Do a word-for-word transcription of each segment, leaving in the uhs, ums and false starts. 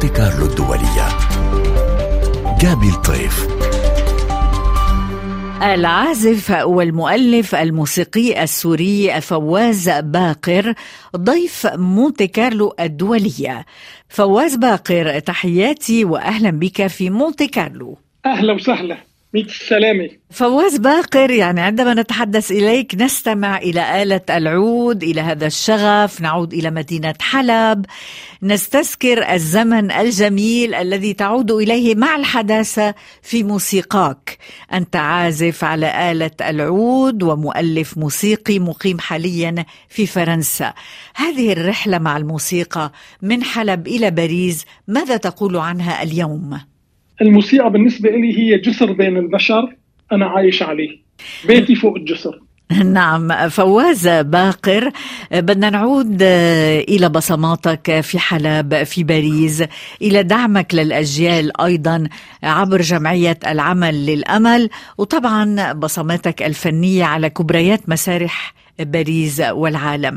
مونتي كارلو الدولية. جابي الطيف. العازف والمؤلف الموسيقي السوري فواز باقر ضيف مونتي كارلو الدولية. فواز باقر، تحياتي وأهلا بك في مونتي كارلو. أهلا وسهلا، ميت السلامة. فواز باقر، يعني عندما نتحدث إليك نستمع إلى آلة العود، إلى هذا الشغف، نعود إلى مدينة حلب، نستذكر الزمن الجميل الذي تعود إليه مع الحداثة في موسيقاك. أنت عازف على آلة العود ومؤلف موسيقي مقيم حاليا في فرنسا. هذه الرحلة مع الموسيقى من حلب إلى باريس، ماذا تقول عنها اليوم؟ الموسيقى بالنسبة لي هي جسر بين البشر، أنا عايش عليه، بيتي فوق الجسر. نعم فواز باقر، بدنا نعود إلى بصماتك في حلب، في باريس، إلى دعمك للأجيال أيضا عبر جمعية العمل للأمل، وطبعا بصماتك الفنية على كبريات مسارح باريس والعالم.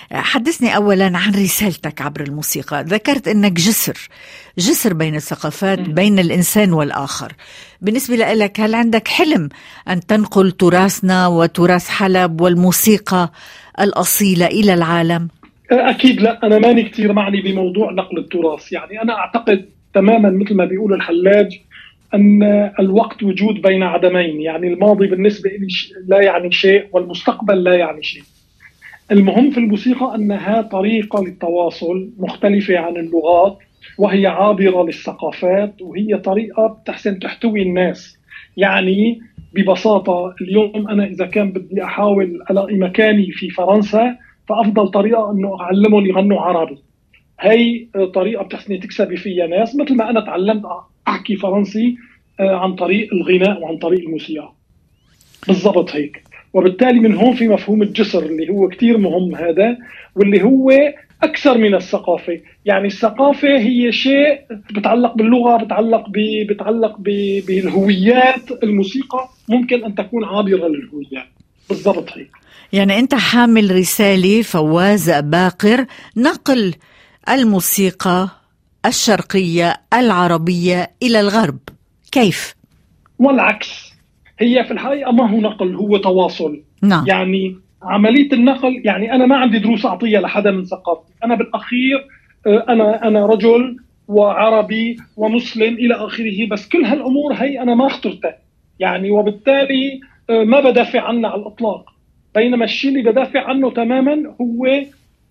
حدثني أولا عن رسالتك عبر الموسيقى. ذكرت أنك جسر جسر بين الثقافات، بين الإنسان والآخر. بالنسبة لك، هل عندك حلم أن تنقل تراثنا وتراث حلب والموسيقى الأصيلة إلى العالم؟ أكيد لا، أنا ماني كتير معني بموضوع نقل التراث. يعني أنا أعتقد تماما مثل ما بيقول الحلاج أن الوقت وجود بين عدمين. يعني الماضي بالنسبة لي لا يعني شيء والمستقبل لا يعني شيء. المهم في الموسيقى أنها طريقة للتواصل مختلفة عن اللغات، وهي عابرة للثقافات، وهي طريقة بتحسن تحتوي الناس. يعني ببساطة اليوم أنا إذا كان بدي أحاول ألاقي مكاني في فرنسا، فأفضل طريقة أنه أعلمهم يغنوا عربي. هي طريقة بتحسني تكسبي فيها ناس، مثل ما أنا تعلمت أحكي فرنسي عن طريق الغناء وعن طريق الموسيقى بالضبط هيك. وبالتالي من هون في مفهوم الجسر اللي هو كتير مهم هذا، واللي هو أكثر من الثقافة. يعني الثقافة هي شيء بتعلق باللغة، بتعلق ب... بتعلق ب... بالهويات. الموسيقى ممكن أن تكون عابرة للهويات بالضبط هيك. يعني أنت حامل رسالة فواز باقر، نقل الموسيقى الشرقية العربية إلى الغرب، كيف؟ والعكس، هي في الحقيقة ما هو نقل، هو تواصل. نعم. يعني عملية النقل، يعني أنا ما عندي دروس أعطيها لحدا من ثقافتي. أنا بالأخير أنا أنا رجل وعربي ومسلم إلى آخره، بس كل هالأمور هي أنا ما اخترتها. يعني وبالتالي ما بدافع عنها على الإطلاق. بينما الشيء اللي بدافع عنه تماما هو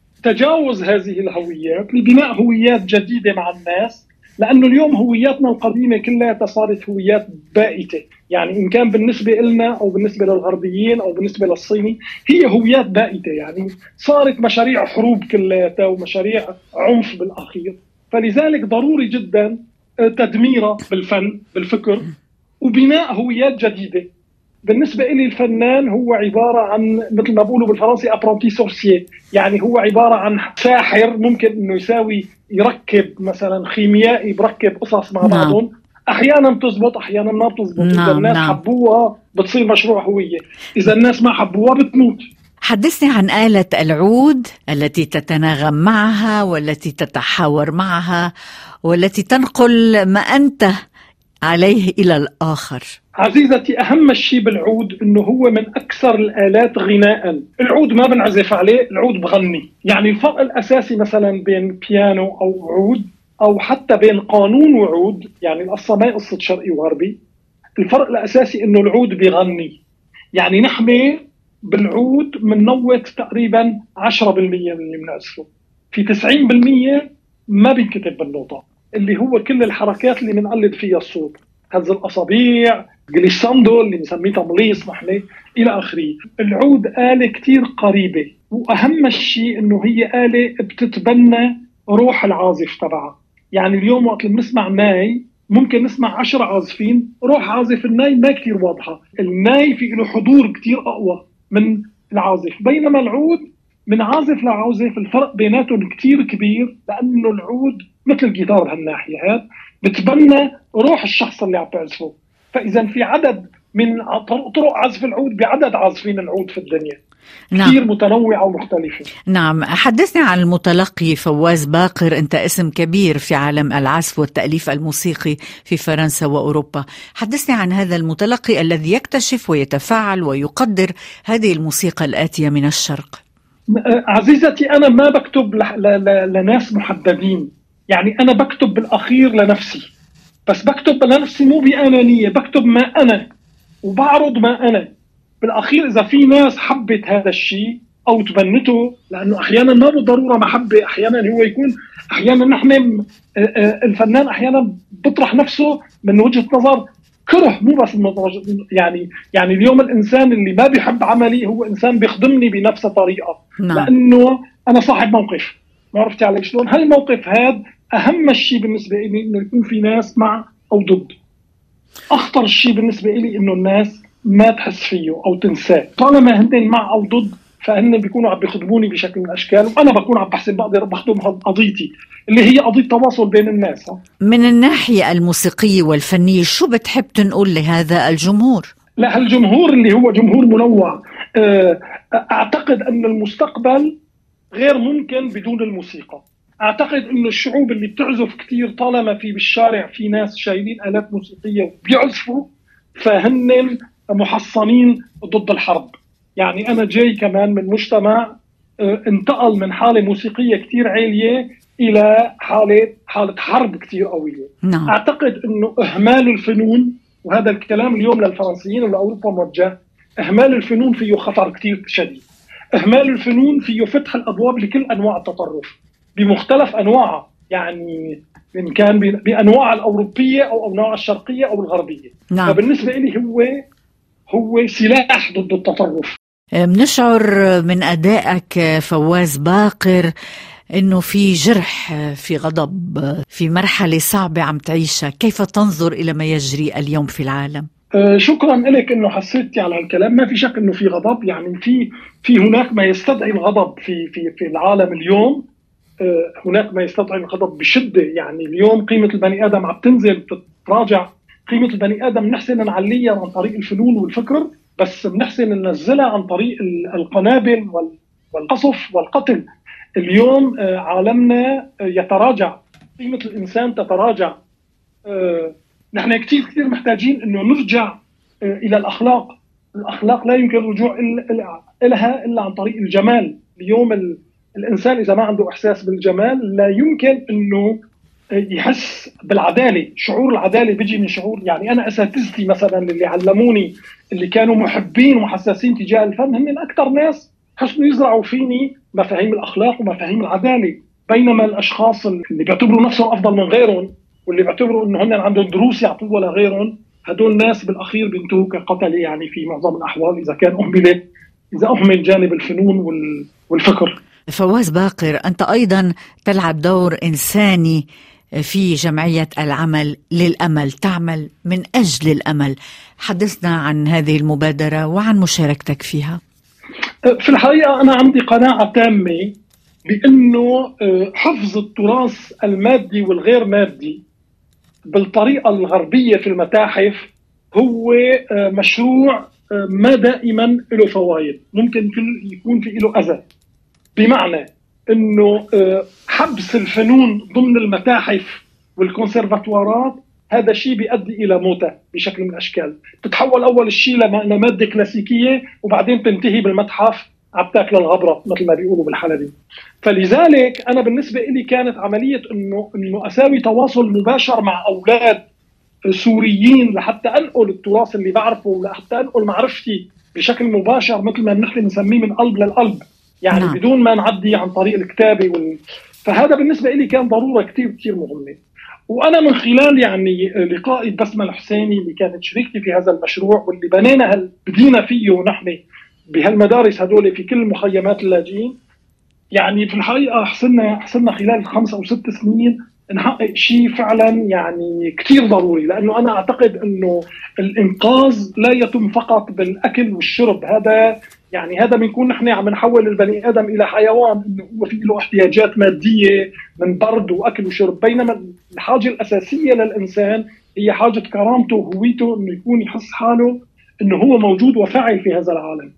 تجاوز هذه الهويات لبناء هويات جديدة مع الناس. لأنه اليوم هوياتنا القديمة كلها صارت هويات بائتة. يعني إن كان بالنسبة لنا أو بالنسبة للغربيين أو بالنسبة للصيني، هي هويات بائتة. يعني صارت مشاريع حروب كلها ومشاريع عنف بالأخير. فلذلك ضروري جدا تدميرها بالفن بالفكر وبناء هويات جديدة. بالنسبة إلي الفنان هو عبارة عن مثل ما بقولوا بالفرنسي أبرونتي سورسييه. يعني هو عبارة عن ساحر ممكن إنه يساوي يركب مثلا خيميائي بركب قصص مع بعضهم. أحيانا بتزبط أحيانا ما بتزبط. نعم. إذا الناس نعم. حبوها بتصير مشروع هوية، إذا الناس ما حبوها بتموت. حدثني عن آلة العود التي تتناغم معها والتي تتحاور معها والتي تنقل ما أنت عليه إلى الآخر. عزيزتي، أهم شيء بالعود إنه هو من أكثر الآلات غناءً. العود ما بنعزف عليه، العود بغني. يعني الفرق الأساسي مثلا بين بيانو أو عود، أو حتى بين قانون وعود، يعني القصة ما قصة شرقي وغربي. الفرق الأساسي إنه العود بيغني. يعني نحن بالعود منوت تقريبا عشرة بالمئة من اللي بنعزفه، في تسعين بالمئة ما بينكتب بالنوتة، اللي هو كل الحركات اللي بنقلد فيها الصوت، هز الأصابيع، جليساندو اللي بنسميه تمليص نحن إلى آخره. العود آلة كتير قريبة، وأهم الشيء إنه هي آلة بتتبنى روح العازف تبعها. يعني اليوم وقت اللي بنسمع ناي ممكن نسمع عشرة عازفين، روح عازف الناي ما كتير واضحة. الناي في له حضور كتير أقوى من العازف، بينما العود من عازف لعازف الفرق بيناتهم كتير كبير، لأنه العود مثل الجيتار بهالناحية هاد بتبنى روح الشخص اللي عم تعزفه. فإذا في عدد من طرق عزف العود بعدد عازفين العود في الدنيا. نعم. كثير متنوعة ومختلفة. نعم، حدثني عن المتلقي فواز باقر. أنت اسم كبير في عالم العزف والتأليف الموسيقي في فرنسا وأوروبا. حدثني عن هذا المتلقي الذي يكتشف ويتفاعل ويقدر هذه الموسيقى الآتية من الشرق. عزيزتي، أنا ما بكتب لناس محددين، يعني أنا بكتب بالأخير لنفسي، بس بكتب لنفسي مو بأنانية، بكتب ما أنا وبعرض ما أنا. بالأخير إذا في ناس حبت هذا الشيء أو تبنته، لأنه أحيانا ما بالضرورة محبة، أحيانا هو يكون أحيانا نحن الفنان أحيانا بطرح نفسه من وجهة نظر كره، مو بس يعني يعني اليوم الإنسان اللي ما بيحب عملي هو إنسان بيخدمني بنفس الطريقة. نعم. لأنه أنا صاحب موقف، ما عرفتي علي شلون؟ هالموقف هذا أهم شيء بالنسبة لي إنه يكون في ناس مع أو ضد. أخطر شيء بالنسبة لي إنه الناس ما تحس فيه أو تنساه. طالما هن مع أو ضد فهن بيكونوا عم بيخدموني بشكل من الأشكال، وأنا بكون عم بحسن بقدر بخدم قضيتي اللي هي قضية تواصل بين الناس. من الناحية الموسيقية والفنية شو بتحب تنقل لهذا الجمهور؟ لا، هالجمهور اللي هو جمهور منوع. أعتقد أن المستقبل غير ممكن بدون الموسيقى. أعتقد أن الشعوب اللي بتعزف كتير طالما في بالشارع في ناس شايلين آلات موسيقية وبيعزفوا فهن محصنين ضد الحرب. يعني أنا جاي كمان من مجتمع انتقل من حالة موسيقية كتير عالية إلى حالة حالة حرب كتير قوية. نعم. أعتقد أنه إهمال الفنون، وهذا الكلام اليوم للفرنسيين ولأوروبا موجه، إهمال الفنون فيه خطر كتير شديد. إهمال الفنون فيه فتح الأبواب لكل أنواع التطرف بمختلف أنواعها، يعني إن كان بأنواع الأوروبية أو أنواع الشرقية أو الغربية. نعم. فبالنسبة لي هو هو سلاح ضد التطرف. بنشعر من أدائك فواز باقر إنه في جرح، في غضب، في مرحلة صعبة عم تعيشها. كيف تنظر إلى ما يجري اليوم في العالم؟ أه شكرا لك إنه حسيتي على الكلام. ما في شك إنه في غضب، يعني في في هناك ما يستدعي الغضب في في في العالم اليوم. أه هناك ما يستدعي الغضب بشدة. يعني اليوم قيمة البني آدم عم تنزل تتراجع. قيمة البني آدم نحسن نعليها عن طريق الفنون والفكر، بس بنحسن ننزلها عن طريق القنابل والقصف والقتل. اليوم عالمنا يتراجع، قيمة الإنسان تتراجع. نحن كتير كتير محتاجين إنه نرجع إلى الأخلاق. الأخلاق لا يمكن الرجوع إلها إلا عن طريق الجمال. اليوم الإنسان إذا ما عنده إحساس بالجمال لا يمكن إنه يحس بالعدالة. شعور العدالة بيجي من شعور، يعني أنا أساتذتي مثلا اللي علموني اللي كانوا محبين وحساسين تجاه الفن هن أكثر ناس حسنوا يزرعوا فيني مفاهيم الأخلاق ومفاهيم العدالة. بينما الأشخاص اللي بيعتبروا نفسهم أفضل من غيرهم واللي بيعتبروا إنه هن عندهم دروس يعطوها لغيرهم، هدول الناس بالأخير بينتهوا كقتلة. يعني في معظم الأحوال إذا كان أهمل إذا أهمل جانب الفنون والفكر. فواز باقر، أنت أيضا تلعب دور إنساني في جمعية العمل للأمل، تعمل من أجل الأمل. حدثنا عن هذه المبادرة وعن مشاركتك فيها. في الحقيقة أنا عندي قناعة تامة بأنه حفظ التراث المادي والغير مادي بالطريقة الغربية في المتاحف هو مشروع ما دائما له فوائد، ممكن يكون في له أذى. بمعنى أنه حبس الفنون ضمن المتاحف والكونسرفاتوارات هذا شيء بيؤدي إلى موتة بشكل من الأشكال. تتحول أول الشيء لمادة كلاسيكية وبعدين تنتهي بالمتحف عبتاك للغبرة مثل ما بيقولوا بالحلبي. فلذلك أنا بالنسبة لي كانت عملية أنه, إنه أساوي تواصل مباشر مع أولاد سوريين لحتى أنقل التراث اللي بعرفه ولحتى أنقل معرفتي بشكل مباشر مثل ما نحن نسميه من قلب للقلب، يعني نعم. بدون ما نعدي عن طريق الكتابة وال... فهذا بالنسبة لي كان ضرورة كتير كتير مهمة. وأنا من خلال يعني لقائي بسمة الحسيني اللي كانت شريكتي في هذا المشروع واللي بنينا هل... بدينا فيه نحن بهالمدارس هدول في كل مخيمات اللاجئين، يعني في الحقيقة حصلنا حصلنا خلال خمس أو ست سنين نحقق شيء فعلا يعني كتير ضروري. لأنه أنا أعتقد أنه الإنقاذ لا يتم فقط بالأكل والشرب. هذا يعني هذا بنكون نحن عم نحول البني آدم إلى حيوان إنه هو في له احتياجات مادية من برد وأكل وشرب، بينما الحاجة الأساسية للإنسان هي حاجة كرامته وهويته، إنه يكون يحس حاله إنه هو موجود وفاعل في هذا العالم.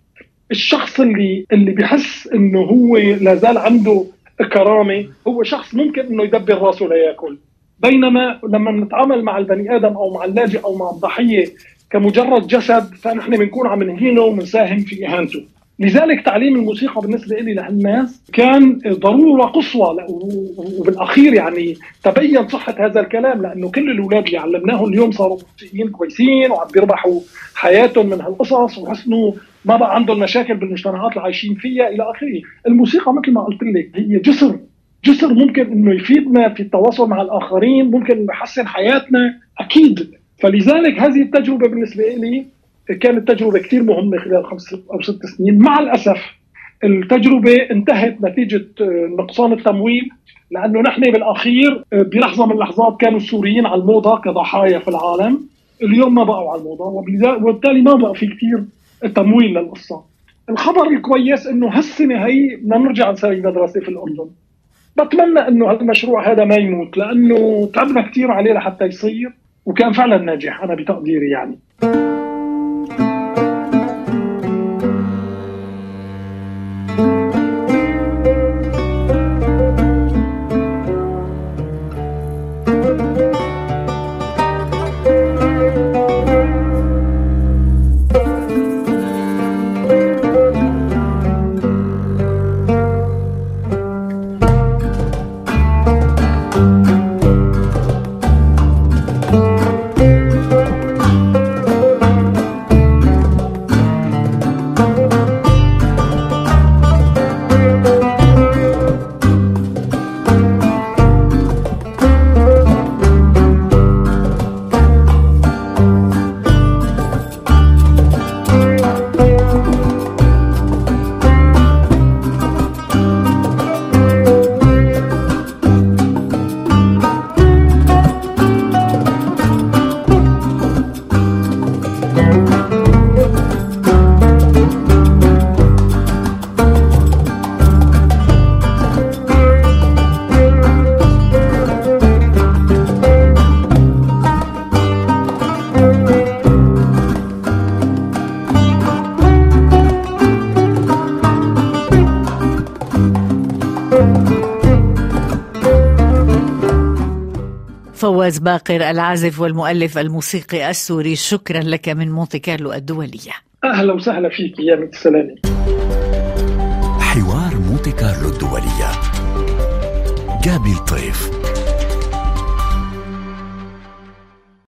الشخص اللي اللي بيحس انه هو لازال عنده كرامه هو شخص ممكن انه يدبر راسه لياكل. بينما لما نتعامل مع البني ادم او مع اللاجئ او مع الضحيه كمجرد جسد، فنحن بنكون عم نهينه ومنساهم في اهانته. لذلك تعليم الموسيقى بالنسبه لي لهالناس كان ضروره قصوى، وبالاخير يعني تبين صحه هذا الكلام، لانه كل الاولاد اللي علمناهم اليوم صاروا موسيقيين كويسين وعم بيربحوا حياتهم من هالقصص، وحسنوا ما بقى عندهم مشاكل بالمجتمعات اللي عايشين فيها الى اخره. الموسيقى مثل ما قلت لك هي جسر جسر ممكن انه يفيدنا في التواصل مع الاخرين، ممكن انه يحسن حياتنا اكيد. فلذلك هذه التجربه بالنسبه لي كانت تجربه كثير مهمه خلال خمس او ست سنين. مع الاسف التجربه انتهت نتيجه نقصان التمويل، لانه نحن بالاخير بلحظه من اللحظات كانوا السوريين على الموضه كضحايا في العالم، اليوم ما بقوا على الموضه، وبالتالي ما بقى في كثير تمويل للقصه. الخبر الكويس انه هالسنه هي بدنا نرجع نسوي مدرسه في الاردن. بتمنى انه هالمشروع هذا ما يموت، لانه تعبنا كثير عليه لحتى يصير، وكان فعلا ناجح انا بتقديري يعني. فواز باقر العازف والمؤلف الموسيقي السوري، شكرا لك من مونتي كارلو الدولية. أهلا وسهلا فيك يا مت السلامة. حوار مونتي كارلو الدولية، جابي الطيف.